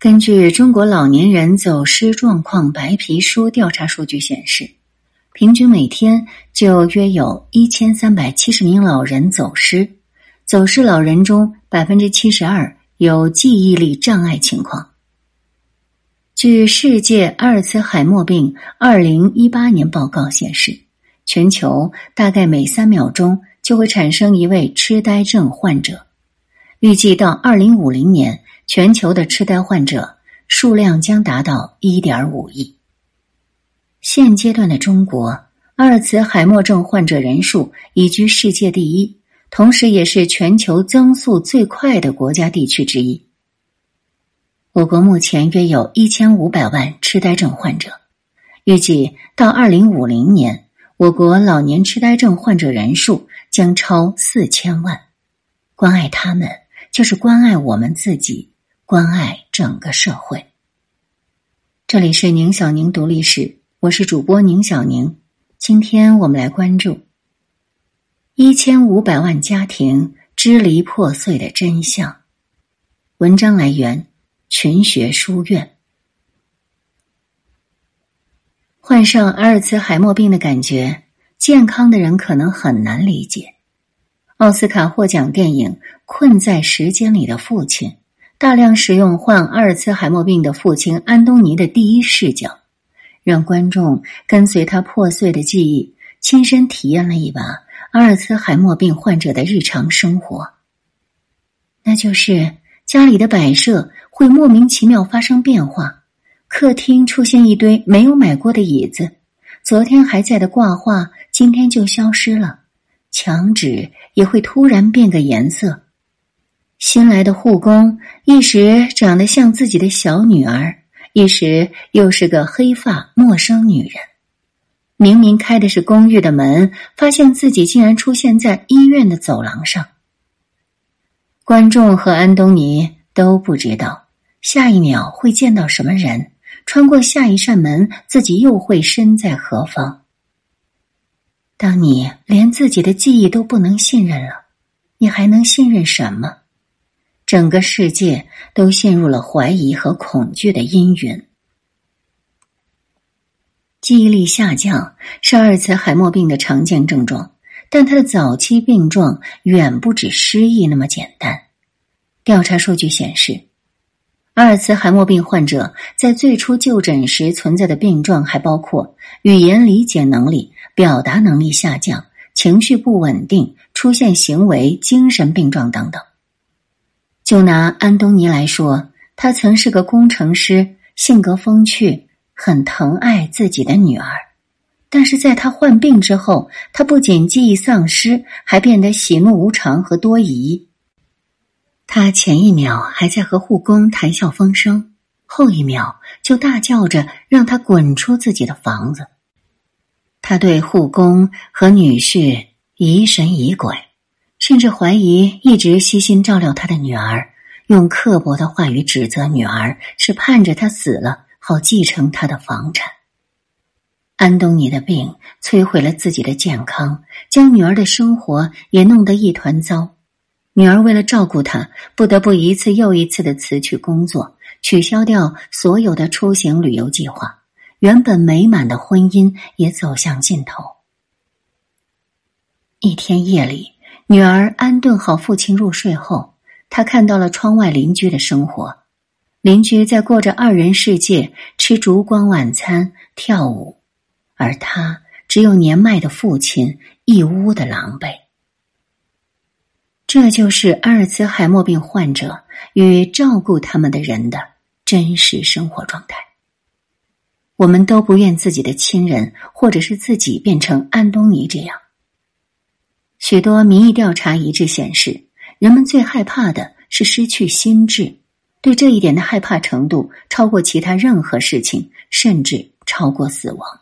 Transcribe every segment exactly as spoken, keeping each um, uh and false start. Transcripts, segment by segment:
根据中国老年人走失状况白皮书调查数据显示，平均每天就约有一千三百七十名老人走失，走失老人中 百分之七十二 有记忆力障碍情况。据世界阿尔茨海默病二零一八年报告显示，全球大概每三秒钟就会产生一位痴呆症患者。预计到二零五零年，全球的痴呆患者数量将达到 一点五亿。现阶段的中国，阿尔茨海默症患者人数已居世界第一，同时也是全球增速最快的国家地区之一。我国目前约有一千五百万痴呆症患者，预计到二零五零年，我国老年痴呆症患者人数将超四千万。关爱他们，就是关爱我们自己，关爱整个社会。这里是宁小宁读历史，我是主播宁小宁。今天我们来关注一千五百万家庭支离破碎的真相。文章来源群学书院。患上阿尔茨海默病的感觉，健康的人可能很难理解。奥斯卡获奖电影《困在时间里的父亲》大量使用患阿尔茨海默病的父亲安东尼的第一视角，让观众跟随他破碎的记忆，亲身体验了一把阿尔茨海默病患者的日常生活。那就是家里的摆设会莫名其妙发生变化，客厅出现一堆没有买过的椅子，昨天还在的挂画今天就消失了，墙纸也会突然变个颜色。新来的护工一时长得像自己的小女儿，一时又是个黑发陌生女人。明明开的是公寓的门，发现自己竟然出现在医院的走廊上。观众和安东尼都不知道下一秒会见到什么人，穿过下一扇门，自己又会身在何方。当你连自己的记忆都不能信任了，你还能信任什么？整个世界都陷入了怀疑和恐惧的阴云。记忆力下降是阿尔茨海默病的常见症状，但它的早期病状远不止失忆那么简单。调查数据显示，阿尔茨海默病患者在最初就诊时存在的病状还包括语言理解能力、表达能力下降、情绪不稳定、出现行为、精神病状等等。就拿安东尼来说，他曾是个工程师，性格风趣，很疼爱自己的女儿。但是在他患病之后，他不仅记忆丧失，还变得喜怒无常和多疑。他前一秒还在和护工谈笑风生，后一秒就大叫着让他滚出自己的房子。他对护工和女婿疑神疑鬼，甚至怀疑一直悉心照料他的女儿，用刻薄的话语指责女儿是盼着他死了好继承他的房产。安东尼的病摧毁了自己的健康，将女儿的生活也弄得一团糟。女儿为了照顾他，不得不一次又一次地辞去工作，取消掉所有的出行旅游计划，原本美满的婚姻也走向尽头。一天夜里，女儿安顿好父亲入睡后，她看到了窗外邻居的生活。邻居在过着二人世界，吃烛光晚餐，跳舞，而她只有年迈的父亲，一屋的狼狈。这就是阿尔茨海默病患者与照顾他们的人的真实生活状态。我们都不愿自己的亲人或者是自己变成安东尼这样。许多民意调查一致显示，人们最害怕的是失去心智，对这一点的害怕程度超过其他任何事情，甚至超过死亡。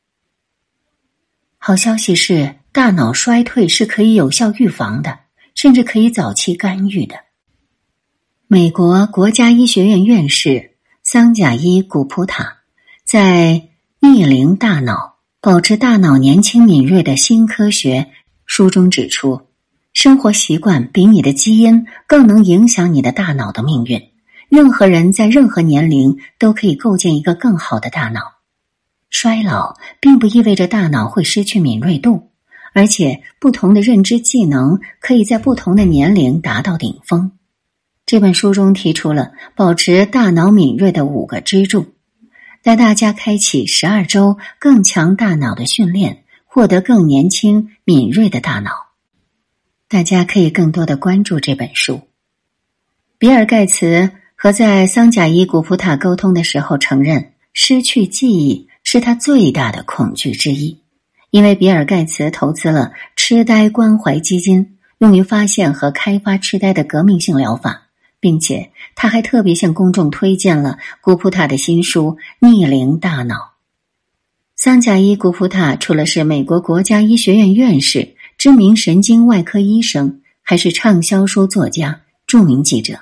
好消息是，大脑衰退是可以有效预防的，甚至可以早期干预的。美国国家医学院院士桑贾伊·古普塔在《逆龄大脑：保持大脑年轻敏锐的新科学》书中指出，生活习惯比你的基因更能影响你的大脑的命运。 任何人在任何年龄都可以构建一个更好的大脑。衰老并不意味着大脑会失去敏锐度，而且不同的认知技能可以在不同的年龄达到顶峰。这本书中提出了保持大脑敏锐的五个支柱，带大家开启十二周更强大脑的训练，获得更年轻敏锐的大脑。大家可以更多的关注这本书。比尔盖茨和在桑贾伊古普塔沟通的时候承认，失去记忆是他最大的恐惧之一，因为比尔盖茨投资了痴呆关怀基金，用于发现和开发痴呆的革命性疗法，并且他还特别向公众推荐了古普塔的新书《逆龄大脑》。桑贾伊古普塔除了是美国国家医学院院士、知名神经外科医生，还是畅销书作家、著名记者。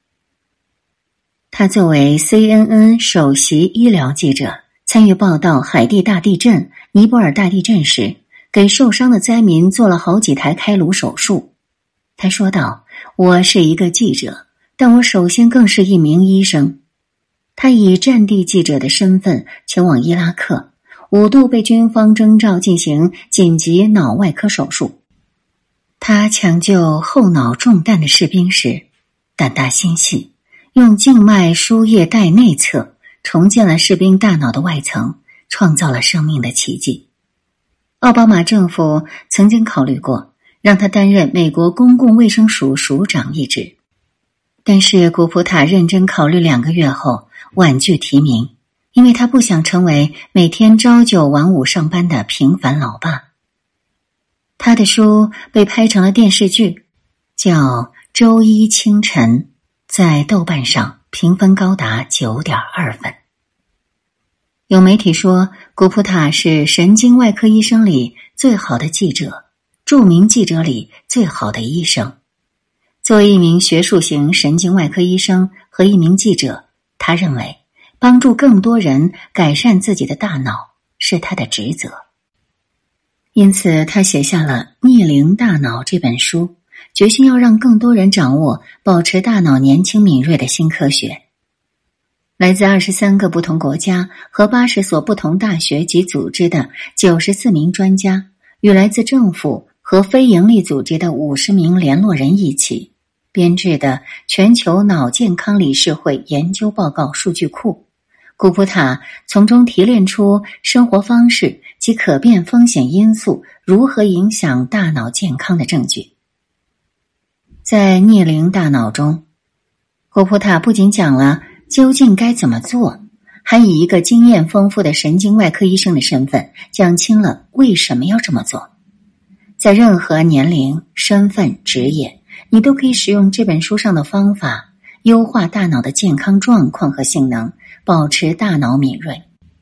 他作为 C N N 首席医疗记者，参与报道海地大地震、尼泊尔大地震时，给受伤的灾民做了好几台开颅手术。他说道：“我是一个记者，但我首先更是一名医生。”他以战地记者的身份前往伊拉克，五度被军方征召进行紧急脑外科手术。他抢救后脑中弹的士兵时，胆大心细，用静脉输液带内侧重建了士兵大脑的外层，创造了生命的奇迹。奥巴马政府曾经考虑过让他担任美国公共卫生署署长一职，但是古普塔认真考虑两个月后婉拒提名，因为他不想成为每天朝九晚五上班的平凡老爸。他的书被拍成了电视剧，叫《周一清晨》，在豆瓣上评分高达 九点二 分。有媒体说，古普塔是神经外科医生里最好的记者，著名记者里最好的医生。作为一名学术型神经外科医生和一名记者，他认为帮助更多人改善自己的大脑是他的职责。因此他写下了《逆龄大脑》这本书，决心要让更多人掌握保持大脑年轻敏锐的新科学。来自二十三个不同国家和八十所不同大学及组织的九十四名专家，与来自政府和非营利组织的五十名联络人一起编制的全球脑健康理事会研究报告数据库。古普塔从中提炼出生活方式及可变风险因素如何影响大脑健康的证据。在逆龄大脑中，古普塔不仅讲了究竟该怎么做，还以一个经验丰富的神经外科医生的身份讲清了为什么要这么做。在任何年龄、身份、职业，你都可以使用这本书上的方法，优化大脑的健康状况和性能，保持大脑敏锐。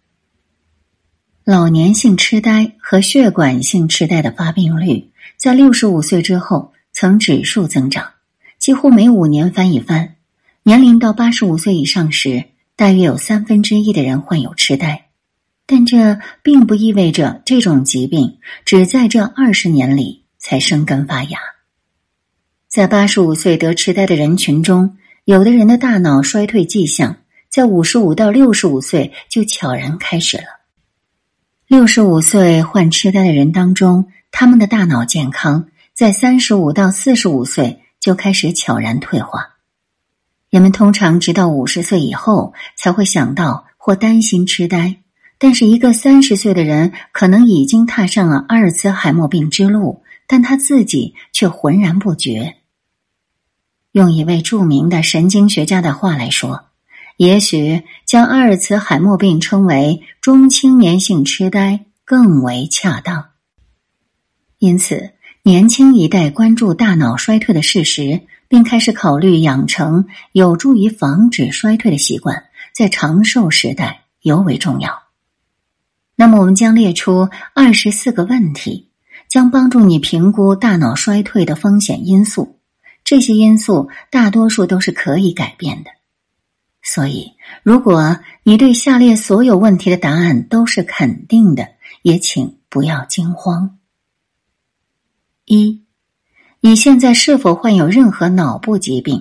老年性痴呆和血管性痴呆的发病率在六十五岁之后曾指数增长，几乎每五年翻一番。年龄到八十五岁以上时，大约有三分之一的人患有痴呆，但这并不意味着这种疾病只在这二十年里才生根发芽。在八十五岁得痴呆的人群中，有的人的大脑衰退迹象在五十五到六十五岁就悄然开始了。六十五岁患痴呆的人当中，他们的大脑健康在三十五到四十五岁就开始悄然退化。人们通常直到五十岁以后才会想到或担心痴呆，但是一个三十岁的人可能已经踏上了阿尔茨海默病之路，但他自己却浑然不觉。用一位著名的神经学家的话来说，也许将阿尔茨海默病称为中青年性痴呆更为恰当。因此，年轻一代关注大脑衰退的事实，并开始考虑养成有助于防止衰退的习惯，在长寿时代尤为重要。那么我们将列出二十四个问题，将帮助你评估大脑衰退的风险因素。这些因素大多数都是可以改变的。所以，如果你对下列所有问题的答案都是肯定的，也请不要惊慌。一，你现在是否患有任何脑部疾病，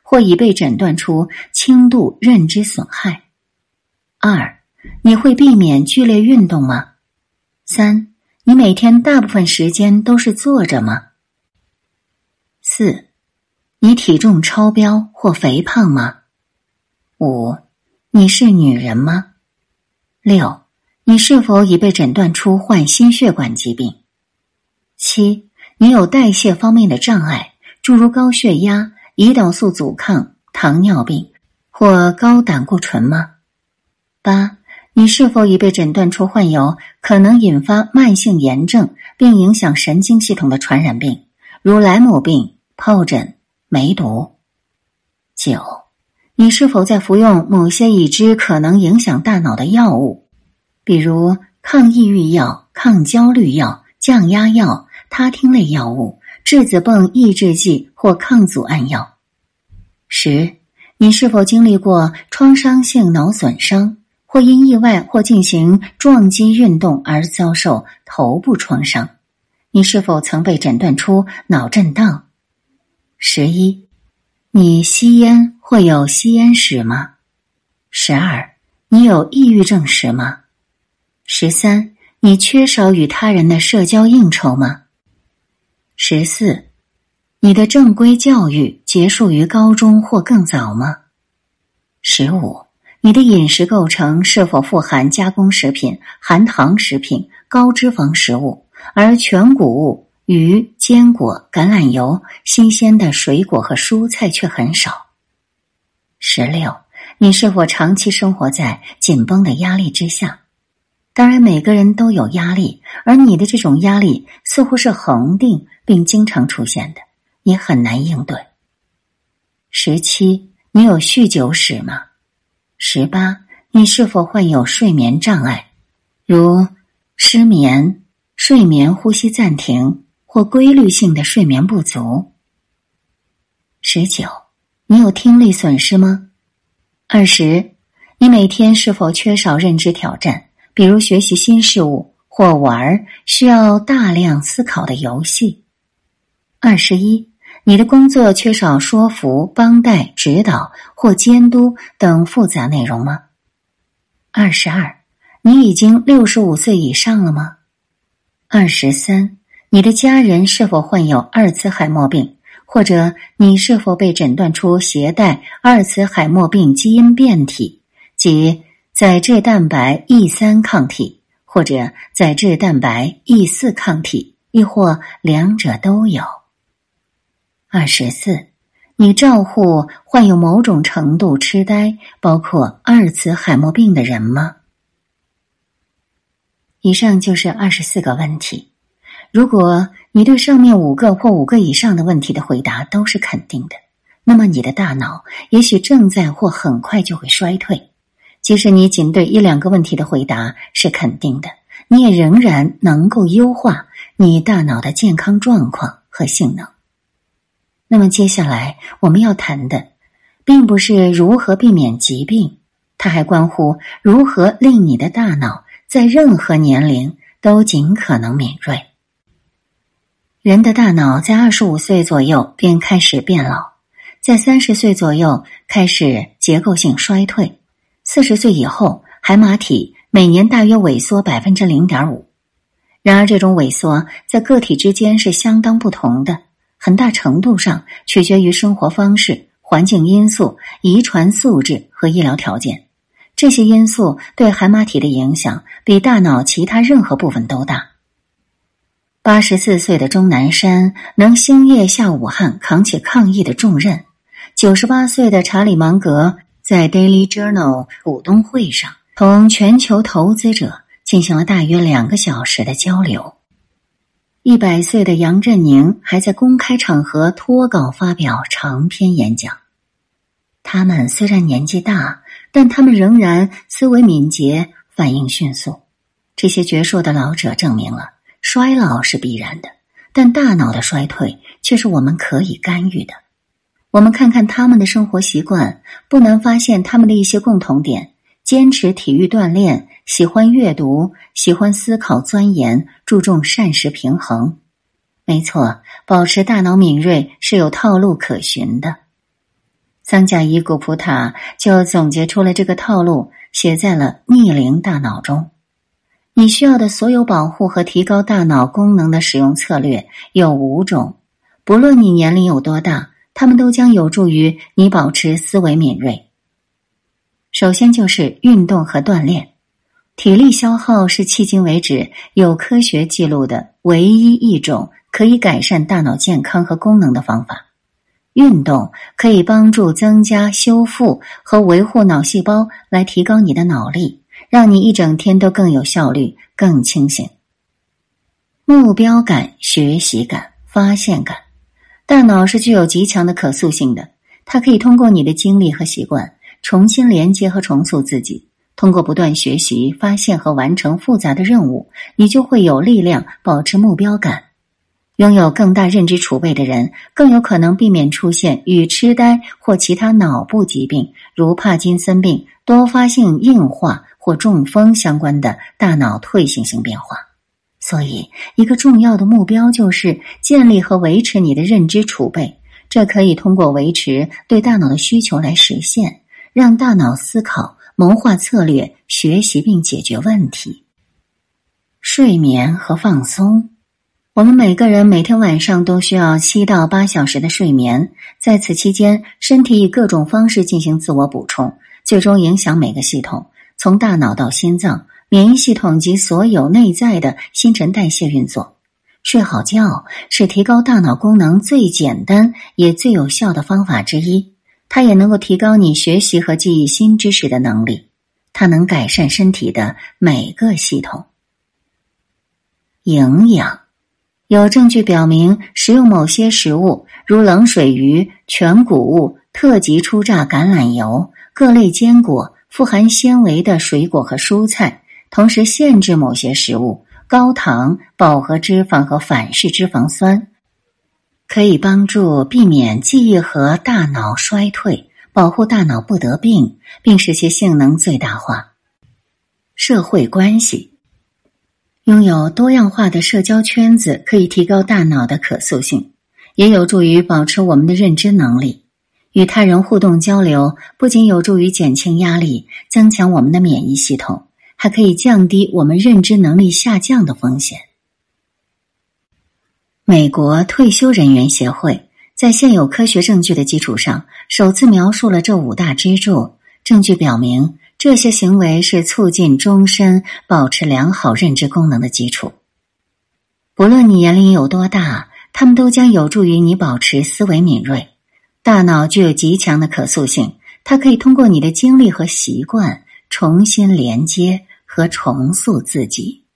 或已被诊断出轻度认知损害。二，你会避免剧烈运动吗？三，你每天大部分时间都是坐着吗？四，你体重超标或肥胖吗？五，你是女人吗？六，你是否已被诊断出患心血管疾病？七，你有代谢方面的障碍，诸如高血压、胰岛素阻抗、糖尿病或高胆固醇吗？八，你是否已被诊断出患有可能引发慢性炎症并影响神经系统的传染病，如莱姆病、疱疹、梅毒？九，你是否在服用某些已知可能影响大脑的药物，比如抗抑郁药、抗焦虑药、降压药、他汀类药物、质子泵抑制剂或抗组胺药？十，你是否经历过创伤性脑损伤，或因意外或进行撞击运动而遭受头部创伤？你是否曾被诊断出脑震荡？十一，你吸烟或有吸烟史吗？十二，你有抑郁症史吗？十三，你缺少与他人的社交应酬吗？十四，你的正规教育结束于高中或更早吗？十五，你的饮食构成是否富含加工食品、含糖食品、高脂肪食物，而全谷物、鱼、坚果、橄榄油、新鲜的水果和蔬菜却很少？十六，你是否长期生活在紧绷的压力之下？当然，每个人都有压力，而你的这种压力似乎是恒定并经常出现的，也很难应对。十七，你有酗酒史吗？十八，你是否患有睡眠障碍，如失眠、睡眠呼吸暂停或规律性的睡眠不足？十九，你有听力损失吗？二十，你每天是否缺少认知挑战，比如学习新事物或玩需要大量思考的游戏？二十一，你的工作缺少说服、帮带、指导或监督等复杂内容吗？二十二，你已经六十五岁以上了吗？二十三，你的家人是否患有阿尔茨海默病，或者你是否被诊断出携带阿尔茨海默病基因变体，即载质蛋白 E 三 抗体，或者载质蛋白 E 四 抗体，亦或两者都有？二十四，你照护患有某种程度痴呆，包括阿尔茨海默病的人吗？以上就是二十四个问题。如果你对上面五个或五个以上的问题的回答都是肯定的，那么你的大脑也许正在或很快就会衰退。即使你仅对一两个问题的回答是肯定的，你也仍然能够优化你大脑的健康状况和性能。那么接下来我们要谈的并不是如何避免疾病，它还关乎如何令你的大脑在任何年龄都尽可能敏锐。人的大脑在二十五岁左右便开始变老，在三十岁左右开始结构性衰退，四十岁以后海马体每年大约萎缩 百分之零点五。 然而这种萎缩在个体之间是相当不同的，很大程度上取决于生活方式、环境因素、遗传素质和医疗条件。这些因素对海马体的影响比大脑其他任何部分都大。八十四岁的钟南山能星夜下武汉扛起抗疫的重任，九十八岁的查理芒格在 Daily Journal 股东会上同全球投资者进行了大约两个小时的交流。一百岁的杨振宁还在公开场合脱稿发表长篇演讲。他们虽然年纪大，但他们仍然思维敏捷，反应迅速。这些矍铄的老者证明了衰老是必然的，但大脑的衰退却是我们可以干预的。我们看看他们的生活习惯，不难发现他们的一些共同点：坚持体育锻炼，喜欢阅读，喜欢思考钻研，注重膳食平衡。没错，保持大脑敏锐是有套路可循的。 桑贾伊古普塔就总结出了这个套路，写在了《逆龄大脑》中。你需要的所有保护和提高大脑功能的使用策略有五种，不论你年龄有多大，它们都将有助于你保持思维敏锐。首先就是运动和锻炼。体力消耗是迄今为止有科学记录的唯一一种可以改善大脑健康和功能的方法。运动可以帮助增加、修复和维护脑细胞，来提高你的脑力，让你一整天都更有效率、更清醒。目标感、学习感、发现感。大脑是具有极强的可塑性的，它可以通过你的经历和习惯重新连接和重塑自己。通过不断学习、发现和完成复杂的任务，你就会有力量保持目标感。拥有更大认知储备的人更有可能避免出现与痴呆或其他脑部疾病，如帕金森病、多发性硬化或中风相关的大脑退行性变化。所以，一个重要的目标就是建立和维持你的认知储备，这可以通过维持对大脑的需求来实现，让大脑思考、谋划策略、学习并解决问题。睡眠和放松。我们每个人每天晚上都需要七到八小时的睡眠，在此期间，身体以各种方式进行自我补充，最终影响每个系统，从大脑到心脏、免疫系统及所有内在的新陈代谢运作。睡好觉是提高大脑功能最简单也最有效的方法之一，它也能够提高你学习和记忆新知识的能力，它能改善身体的每个系统。营养。有证据表明，食用某些食物，如冷水鱼、全谷物、特级初榨橄榄油、各类坚果、富含纤维的水果和蔬菜，同时限制某些食物、高糖、饱和脂肪和反式脂肪酸，可以帮助避免记忆和大脑衰退，保护大脑不得病，并使其性能最大化。社会关系。拥有多样化的社交圈子可以提高大脑的可塑性，也有助于保持我们的认知能力。与他人互动交流不仅有助于减轻压力，增强我们的免疫系统，还可以降低我们认知能力下降的风险。美国退休人员协会在现有科学证据的基础上，首次描述了这五大支柱。证据表明，这些行为是促进终身保持良好认知功能的基础。不论你年龄有多大，它们都将有助于你保持思维敏锐。大脑具有极强的可塑性，它可以通过你的经历和习惯重新连接和重塑自己。